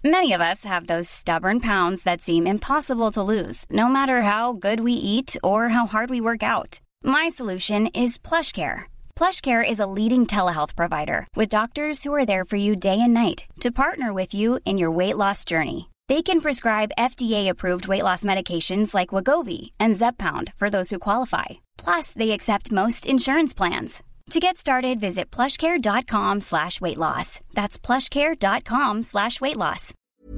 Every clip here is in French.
Many of us have those stubborn pounds that seem impossible to lose, no matter how good we eat or how hard we work out. My solution is PlushCare. PlushCare is a leading telehealth provider with doctors who are there for you day and night to partner with you in your weight loss journey. They can prescribe FDA-approved weight loss medications like Wegovy and Zepbound for those who qualify. Plus, they accept most insurance plans. To get started, visit plushcare.com/weightloss. That's plushcare.com/weightloss.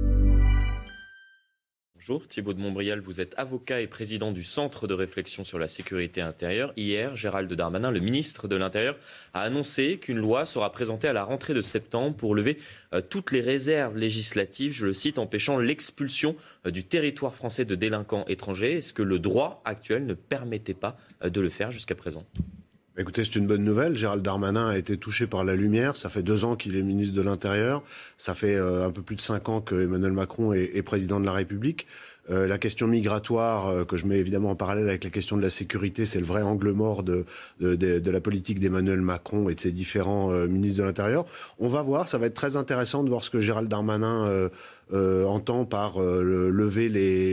Bonjour, Thibaut de Montbrial, vous êtes avocat et président du Centre de réflexion sur la sécurité intérieure. Hier, Gérald Darmanin, le ministre de l'Intérieur, a annoncé qu'une loi sera présentée à la rentrée de septembre pour lever toutes les réserves législatives, je le cite, empêchant l'expulsion du territoire français de délinquants étrangers. Est-ce que le droit actuel ne permettait pas de le faire jusqu'à présent ? Écoutez, c'est une bonne nouvelle. Gérald Darmanin a été touché par la lumière. Ça fait 2 ans qu'il est ministre de l'Intérieur. Ça fait un peu plus de 5 ans que Emmanuel Macron est président de la République. La question migratoire, que je mets évidemment en parallèle avec la question de la sécurité, c'est le vrai angle mort de la politique d'Emmanuel Macron et de ses différents ministres de l'Intérieur. On va voir, ça va être très intéressant de voir ce que Gérald Darmanin entend par lever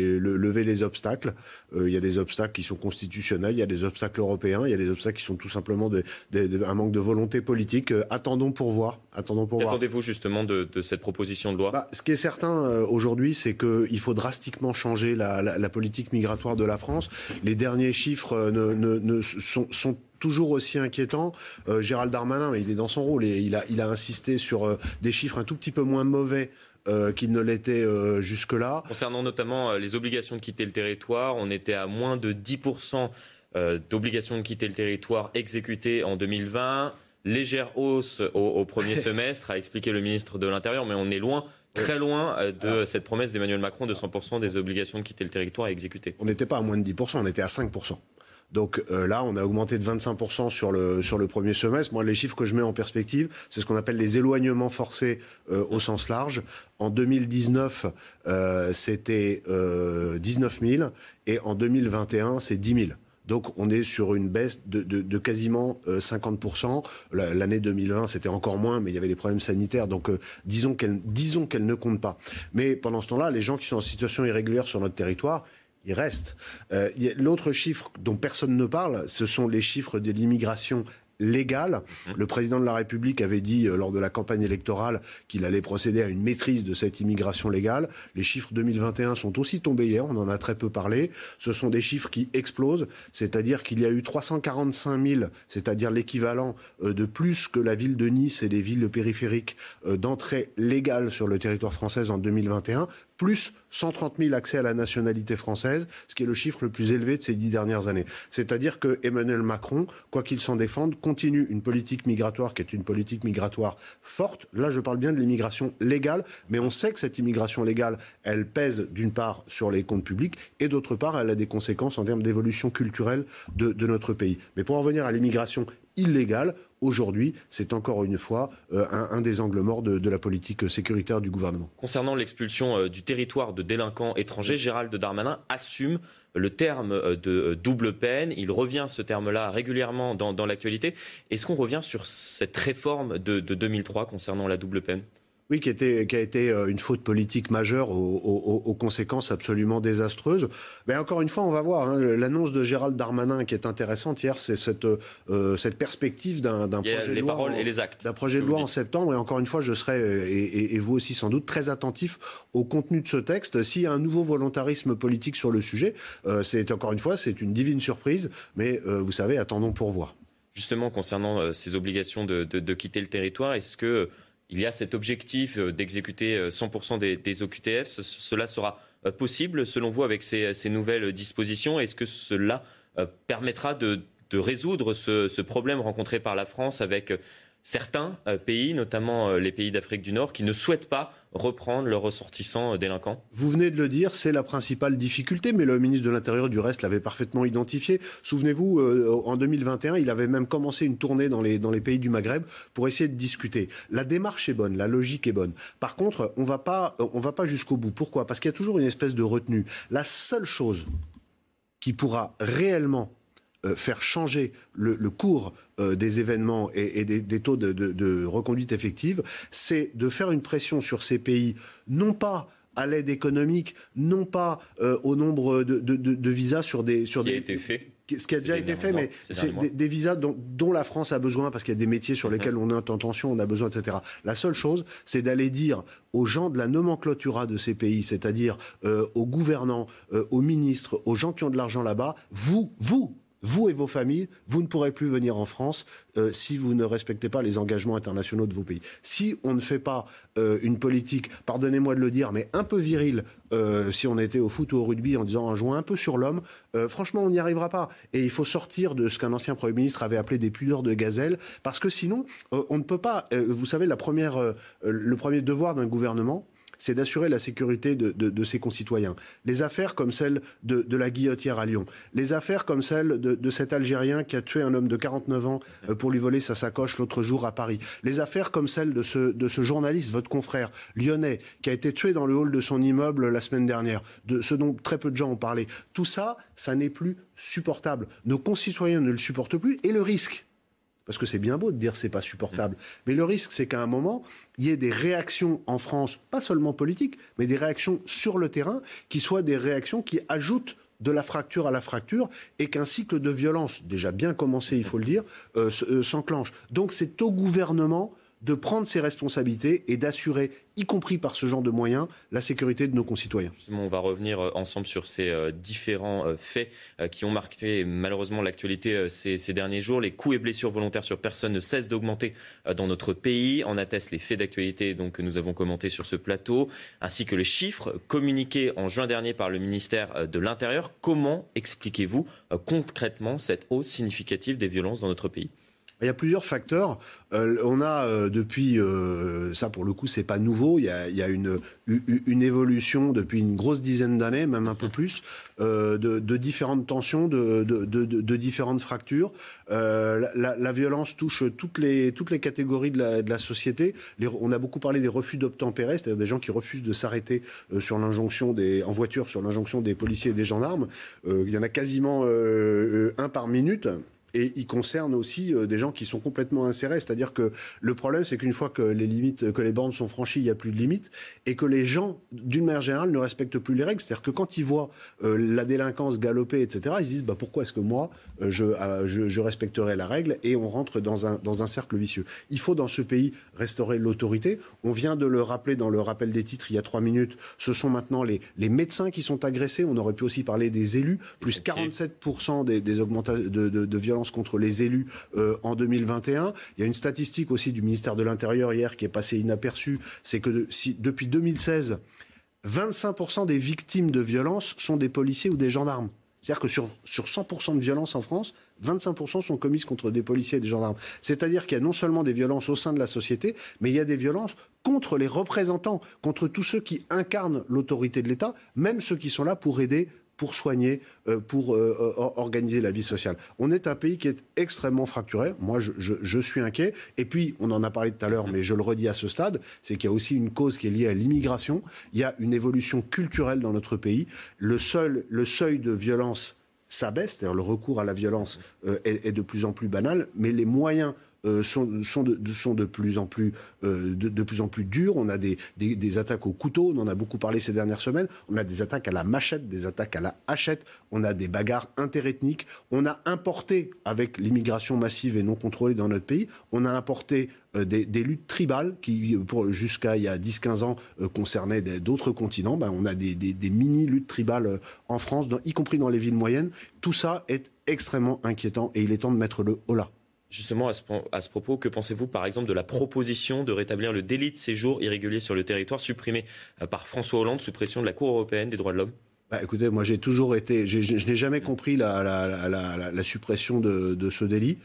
les obstacles. Il y a des obstacles qui sont constitutionnels, il y a des obstacles européens, il y a des obstacles qui sont tout simplement un manque de volonté politique. Attendons pour voir. Qu'attendez-vous justement de cette proposition de loi ? Ce qui est certain aujourd'hui, c'est qu'il faut drastiquement changer la politique migratoire de la France. Les derniers chiffres sont toujours aussi inquiétants. Gérald Darmanin, il est dans son rôle et il a insisté sur des chiffres un tout petit peu moins mauvais qu'il ne l'était jusque-là. Concernant notamment les obligations de quitter le territoire, on était à moins de 10% d'obligations de quitter le territoire exécutées en 2020. Légère hausse au premier semestre, a expliqué le ministre de l'Intérieur, mais on est très loin de cette promesse d'Emmanuel Macron de 100% des obligations de quitter le territoire exécutées. On n'était pas à moins de 10%, on était à 5%. Donc là, on a augmenté de 25% sur le premier semestre. Moi, les chiffres que je mets en perspective, c'est ce qu'on appelle les éloignements forcés au sens large. En 2019, c'était 19 000 et en 2021, c'est 10 000. Donc on est sur une baisse de quasiment 50%. L'année 2020, c'était encore moins, mais il y avait les problèmes sanitaires. Donc disons qu'elle ne compte pas. Mais pendant ce temps-là, les gens qui sont en situation irrégulière sur notre territoire, il reste. L'autre chiffre dont personne ne parle, ce sont les chiffres de l'immigration légale. Le président de la République avait dit lors de la campagne électorale qu'il allait procéder à une maîtrise de cette immigration légale. Les chiffres 2021 sont aussi tombés hier, on en a très peu parlé. Ce sont des chiffres qui explosent, c'est-à-dire qu'il y a eu 345 000, c'est-à-dire l'équivalent de plus que la ville de Nice et les villes périphériques d'entrée légale sur le territoire français en 2021, plus 130 000 accès à la nationalité française, ce qui est le chiffre le plus élevé de ces 10 dernières années. C'est-à-dire que Emmanuel Macron, quoi qu'il s'en défende, continue une politique migratoire qui est une politique migratoire forte. Là, je parle bien de l'immigration légale, mais on sait que cette immigration légale, elle pèse d'une part sur les comptes publics et d'autre part, elle a des conséquences en termes d'évolution culturelle de notre pays. Mais pour en revenir à l'immigration illégale, aujourd'hui, c'est encore une fois un des angles morts de la politique sécuritaire du gouvernement. Concernant l'expulsion du territoire de délinquants étrangers, Gérald Darmanin assume le terme de double peine. Il revient ce terme-là régulièrement dans l'actualité. Est-ce qu'on revient sur cette réforme de 2003 concernant la double peine ? Oui, qui a été une faute politique majeure aux conséquences absolument désastreuses. Mais encore une fois, on va voir. L'annonce de Gérald Darmanin qui est intéressante hier, c'est cette perspective d'un projet de loi. Paroles et les actes. D'un projet de loi en septembre. Et encore une fois, je serai, et vous aussi sans doute, très attentif au contenu de ce texte. S'il y a un nouveau volontarisme politique sur le sujet, c'est une divine surprise. Mais vous savez, attendons pour voir. Justement, concernant ces obligations de quitter le territoire, est-ce que il y a cet objectif d'exécuter 100% des OQTF. Cela sera possible, selon vous, avec ces nouvelles dispositions ? Est-ce que cela permettra de résoudre ce problème rencontré par la France avec certains pays, notamment les pays d'Afrique du Nord, qui ne souhaitent pas reprendre leurs ressortissants délinquants ? Vous venez de le dire, c'est la principale difficulté, mais le ministre de l'Intérieur, du reste, l'avait parfaitement identifié. Souvenez-vous, en 2021, il avait même commencé une tournée dans les pays du Maghreb pour essayer de discuter. La démarche est bonne, la logique est bonne. Par contre, on va pas jusqu'au bout. Pourquoi ? Parce qu'il y a toujours une espèce de retenue. La seule chose qui pourra réellement faire changer le cours des événements et des taux de reconduite effective, c'est de faire une pression sur ces pays, non pas à l'aide économique, non pas au nombre de visas sur des... Ce qui a été fait. Ce qui a déjà été fait, mais c'est des visas dont la France a besoin, parce qu'il y a des métiers sur lesquels on est en tension, on a besoin, etc. La seule chose, c'est d'aller dire aux gens de la nomenclatura de ces pays, c'est-à-dire aux gouvernants, aux ministres, aux gens qui ont de l'argent là-bas, vous et vos familles, vous ne pourrez plus venir en France si vous ne respectez pas les engagements internationaux de vos pays. Si on ne fait pas une politique, pardonnez-moi de le dire, mais un peu virile, si on était au foot ou au rugby en disant un jouant un peu sur l'homme, franchement, on n'y arrivera pas. Et il faut sortir de ce qu'un ancien Premier ministre avait appelé des pudeurs de gazelle, parce que sinon, on ne peut pas... vous savez, le premier devoir d'un gouvernement, c'est d'assurer la sécurité de ses concitoyens. Les affaires comme celle de la guillotière à Lyon, les affaires comme celle de cet Algérien qui a tué un homme de 49 ans pour lui voler sa sacoche l'autre jour à Paris, les affaires comme celle de ce journaliste, votre confrère lyonnais, qui a été tué dans le hall de son immeuble la semaine dernière, de ce dont très peu de gens ont parlé. Tout ça, ça n'est plus supportable. Nos concitoyens ne le supportent plus, et le risque, parce que c'est bien beau de dire c'est pas supportable, mais le risque, c'est qu'à un moment, il y ait des réactions en France, pas seulement politiques, mais des réactions sur le terrain, qui soient des réactions qui ajoutent de la fracture à la fracture, et qu'un cycle de violence, déjà bien commencé, il faut le dire, s'enclenche. Donc c'est au gouvernement de prendre ses responsabilités et d'assurer, y compris par ce genre de moyens, la sécurité de nos concitoyens. Justement, on va revenir ensemble sur ces différents faits qui ont marqué malheureusement l'actualité ces derniers jours. Les coups et blessures volontaires sur personnes ne cessent d'augmenter dans notre pays. En attestent les faits d'actualité que nous avons commentés sur ce plateau, ainsi que les chiffres communiqués en juin dernier par le ministère de l'Intérieur. Comment expliquez-vous concrètement cette hausse significative des violences dans notre pays ? Il y a plusieurs facteurs. On a depuis, ça pour le coup c'est pas nouveau, il y a une évolution depuis une grosse dizaine d'années, même un peu plus, de différentes tensions, de différentes fractures. La violence touche toutes les catégories de la société. On a beaucoup parlé des refus d'obtempérer, c'est-à-dire des gens qui refusent de s'arrêter en voiture sur l'injonction des policiers et des gendarmes. Il y en a quasiment un par minute. Et il concerne aussi des gens qui sont complètement insérés. C'est-à-dire que le problème, c'est qu'une fois que les bornes sont franchies, il n'y a plus de limites. Et que les gens, d'une manière générale, ne respectent plus les règles. C'est-à-dire que quand ils voient la délinquance galoper, etc., ils se disent pourquoi est-ce que moi, je respecterai la règle ? Et on rentre dans un cercle vicieux. Il faut, dans ce pays, restaurer l'autorité. On vient de le rappeler dans le rappel des titres il y a 3 minutes. Ce sont maintenant les médecins qui sont agressés. On aurait pu aussi parler des élus. Plus 47% des augmentations de violences contre les élus en 2021. Il y a une statistique aussi du ministère de l'Intérieur hier qui est passée inaperçue, c'est que depuis 2016, 25% des victimes de violences sont des policiers ou des gendarmes. C'est-à-dire que sur 100% de violences en France, 25% sont commises contre des policiers et des gendarmes. C'est-à-dire qu'il y a non seulement des violences au sein de la société, mais il y a des violences contre les représentants, contre tous ceux qui incarnent l'autorité de l'État, même ceux qui sont là pour aider, pour soigner, pour organiser la vie sociale. On est un pays qui est extrêmement fracturé. Moi, je suis inquiet. Et puis, on en a parlé tout à l'heure, mais je le redis à ce stade, c'est qu'il y a aussi une cause qui est liée à l'immigration. Il y a une évolution culturelle dans notre pays. Le seuil de violence s'abaisse, c'est-à-dire le recours à la violence est de plus en plus banal, mais les moyens sont de plus en plus durs. On a des attaques au couteau, on en a beaucoup parlé ces dernières semaines. On a des attaques à la machette, des attaques à la hachette. On a des bagarres interethniques. On a importé, avec l'immigration massive et non contrôlée dans notre pays, on a importé des luttes tribales qui, jusqu'à il y a 10-15 ans, concernaient d'autres continents. On a des mini-luttes tribales en France, y compris dans les villes moyennes. Tout ça est extrêmement inquiétant et il est temps de mettre le holà. Justement, à ce propos, que pensez-vous par exemple de la proposition de rétablir le délit de séjour irrégulier sur le territoire supprimé par François Hollande sous pression de la Cour européenne des droits de l'homme ? Écoutez, moi j'ai toujours été... Je n'ai jamais compris la suppression de ce délit.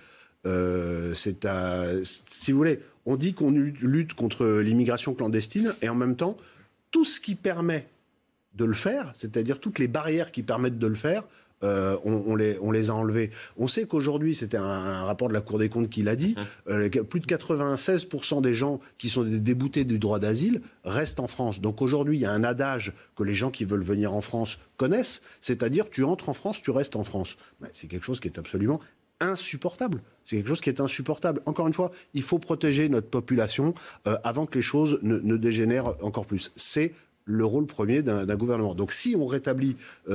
Si vous voulez, on dit qu'on lutte contre l'immigration clandestine et en même temps, tout ce qui permet de le faire, c'est-à-dire toutes les barrières qui permettent de le faire, on les a enlevés. On sait qu'aujourd'hui, c'était un rapport de la Cour des comptes qui l'a dit, plus de 96% des gens qui sont déboutés du droit d'asile restent en France. Donc aujourd'hui, il y a un adage que les gens qui veulent venir en France connaissent, c'est-à-dire tu entres en France, tu restes en France. C'est quelque chose qui est absolument insupportable. C'est quelque chose qui est insupportable. Encore une fois, il faut protéger notre population avant que les choses ne dégénèrent encore plus. C'est le rôle premier d'un gouvernement. Donc si on rétablit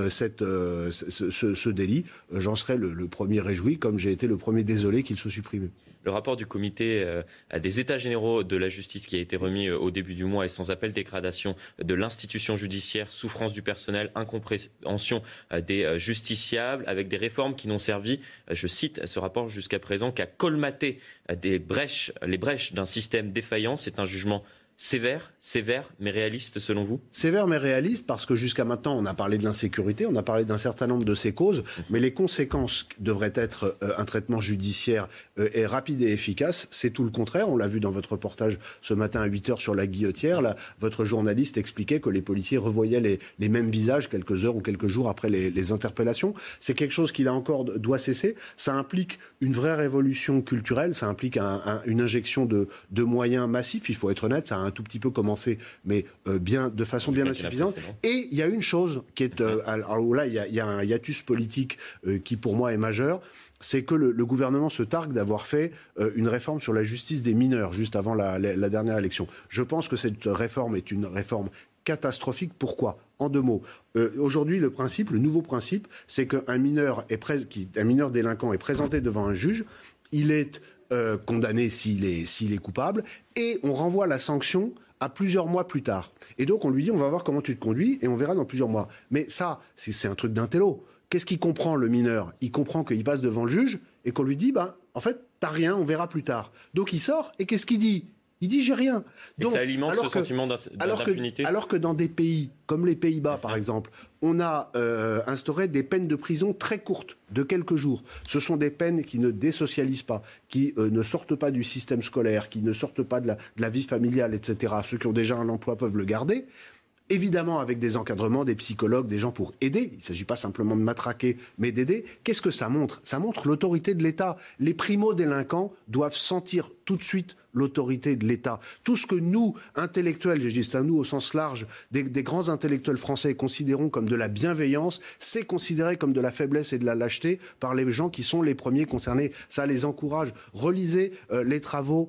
ce délit, j'en serai le premier réjoui, comme j'ai été le premier désolé qu'il soit supprimé. Le rapport du comité des États généraux de la justice qui a été remis au début du mois est sans appel: dégradation de l'institution judiciaire, souffrance du personnel, incompréhension des justiciables, avec des réformes qui n'ont servi, je cite ce rapport, jusqu'à présent qu'à colmater les brèches d'un système défaillant. C'est un jugement sévère mais réaliste selon vous ? Sévère mais réaliste parce que jusqu'à maintenant on a parlé de l'insécurité, on a parlé d'un certain nombre de ses causes, mais les conséquences devraient être un traitement judiciaire rapide et efficace. C'est tout le contraire, on l'a vu dans votre reportage ce matin à 8h sur la Guillotière. Là, votre journaliste expliquait que les policiers revoyaient les mêmes visages quelques heures ou quelques jours après les interpellations. C'est quelque chose qui là encore doit cesser. Ça implique une vraie révolution culturelle, ça implique une injection de moyens massifs, il faut être honnête, ça a un tout petit peu commencé, mais de façon bien insuffisante. Et il y a une chose qui est... alors là, il y a un hiatus politique qui, pour moi, est majeur. C'est que le gouvernement se targue d'avoir fait une réforme sur la justice des mineurs, juste avant la dernière élection. Je pense que cette réforme est une réforme catastrophique. Pourquoi ? En 2 mots. Aujourd'hui, le nouveau principe, c'est qu'un mineur délinquant est présenté devant un juge, il est condamné s'il est coupable, et on renvoie la sanction à plusieurs mois plus tard. Et donc on lui dit, on va voir comment tu te conduis, et on verra dans plusieurs mois. Mais ça, c'est un truc d'intello. Qu'est-ce qu'il comprend, le mineur ? Il comprend qu'il passe devant le juge, et qu'on lui dit, en fait, t'as rien, on verra plus tard. Donc il sort, et qu'est-ce qu'il dit ? Il dit, j'ai rien. Donc, et ça alimente ce sentiment d'impunité. Alors que dans des pays comme les Pays-Bas, par exemple, on a instauré des peines de prison très courtes, de quelques jours. Ce sont des peines qui ne désocialisent pas, qui ne sortent pas du système scolaire, qui ne sortent pas de la vie familiale, etc. Ceux qui ont déjà un emploi peuvent le garder. Évidemment, avec des encadrements, des psychologues, des gens pour aider. Il ne s'agit pas simplement de matraquer, mais d'aider. Qu'est-ce que ça montre ? Ça montre l'autorité de l'État. Les primo-délinquants doivent sentir tout de suite l'autorité de l'État. Tout ce que nous, intellectuels, je dis ça nous au sens large, des grands intellectuels français considérons comme de la bienveillance, c'est considéré comme de la faiblesse et de la lâcheté par les gens qui sont les premiers concernés. Ça les encourage. Relisez les travaux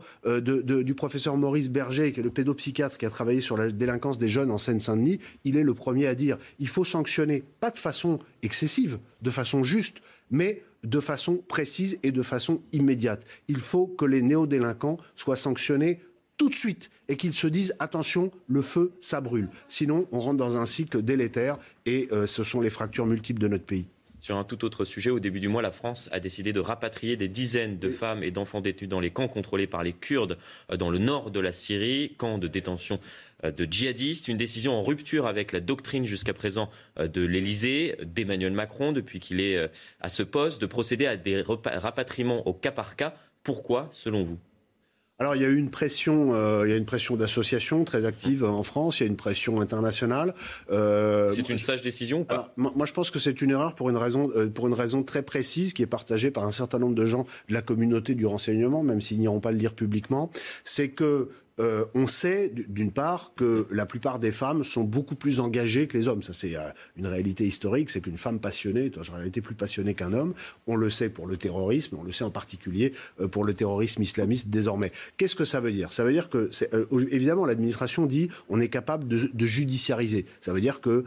du professeur Maurice Berger, qui est le pédopsychiatre qui a travaillé sur la délinquance des jeunes en Seine-Saint-Denis. Il est le premier à dire il faut sanctionner, pas de façon excessive, de façon juste, mais de façon précise et de façon immédiate. Il faut que les néo-délinquants soient sanctionnés tout de suite et qu'ils se disent attention, le feu, ça brûle. Sinon, on rentre dans un cycle délétère et ce sont les fractures multiples de notre pays. Sur un tout autre sujet, au début du mois, la France a décidé de rapatrier des dizaines de femmes et d'enfants détenus dans les camps contrôlés par les Kurdes dans le nord de la Syrie, camps de détention de djihadistes. Une décision en rupture avec la doctrine jusqu'à présent de l'Élysée, d'Emmanuel Macron, depuis qu'il est à ce poste, de procéder à des rapatriements au cas par cas. Pourquoi, selon vous ? Alors il y a eu une pression d'associations très active en France, il y a une pression internationale. C'est une sage décision ou pas ? Alors, moi je pense que c'est une erreur pour une raison très précise qui est partagée par un certain nombre de gens de la communauté du renseignement, même s'ils n'iront pas le dire publiquement. C'est que on sait d'une part que la plupart des femmes sont beaucoup plus engagées que les hommes. Ça c'est une réalité historique, c'est qu'une femme passionnée est en réalité plus passionnée qu'un homme. On le sait pour le terrorisme, on le sait en particulier pour le terrorisme islamiste désormais. Qu'est-ce que ça veut dire ? Ça veut dire que évidemment l'administration dit on est capable de judiciariser. Ça veut dire que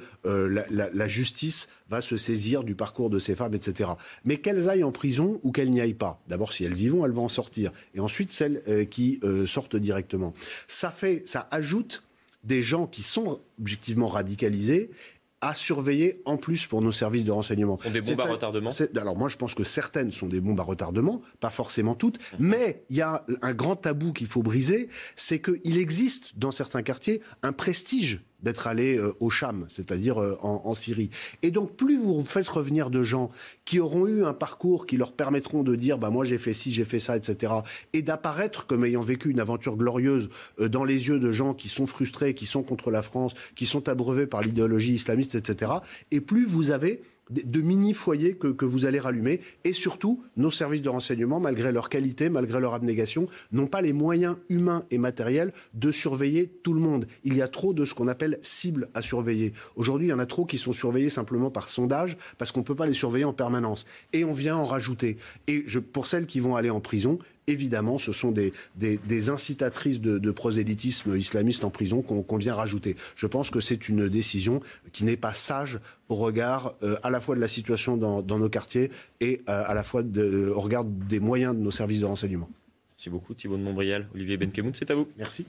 la justice va se saisir du parcours de ces femmes, etc. Mais qu'elles aillent en prison ou qu'elles n'y aillent pas. D'abord, si elles y vont, elles vont en sortir. Et ensuite, celles qui sortent directement. Ça ajoute des gens qui sont objectivement radicalisés à surveiller en plus pour nos services de renseignement. Sont des bombes à retardement ? Alors moi je pense que certaines sont des bombes à retardement, pas forcément toutes, mais il y a un grand tabou qu'il faut briser, c'est qu'il existe dans certains quartiers un prestige d'être allé au Cham, c'est-à-dire en Syrie. Et donc plus vous faites revenir de gens qui auront eu un parcours qui leur permettront de dire moi j'ai fait ci, j'ai fait ça, etc. et d'apparaître comme ayant vécu une aventure glorieuse dans les yeux de gens qui sont frustrés, qui sont contre la France, qui sont abreuvés par l'idéologie islamiste, etc. Et plus vous avez de mini-foyers que vous allez rallumer. Et surtout, nos services de renseignement, malgré leur qualité, malgré leur abnégation, n'ont pas les moyens humains et matériels de surveiller tout le monde. Il y a trop de ce qu'on appelle cibles à surveiller. Aujourd'hui, il y en a trop qui sont surveillés simplement par sondage, parce qu'on ne peut pas les surveiller en permanence. Et on vient en rajouter. Et pour celles qui vont aller en prison, évidemment, ce sont des incitatrices de prosélytisme islamiste en prison qu'on vient rajouter. Je pense que c'est une décision qui n'est pas sage au regard à la fois de la situation dans nos quartiers et à la fois au regard des moyens de nos services de renseignement. Merci beaucoup Thibault de Montbrial. Olivier Benkemoun, c'est à vous. Merci.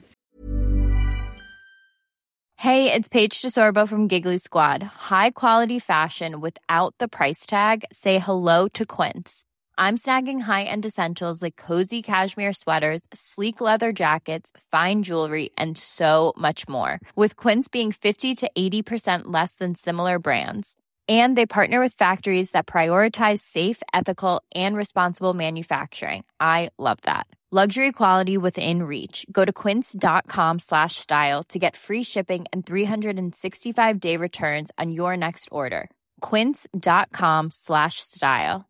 Hey, it's Paige DeSorbo from Giggly Squad. High quality fashion without the price tag. Say hello to Quince. I'm snagging high-end essentials like cozy cashmere sweaters, sleek leather jackets, fine jewelry, and so much more. With Quince being 50 to 80% less than similar brands. And they partner with factories that prioritize safe, ethical, and responsible manufacturing. I love that. Luxury quality within reach. Go to quince.com/style to get free shipping and 365-day returns on your next order. Quince.com/style.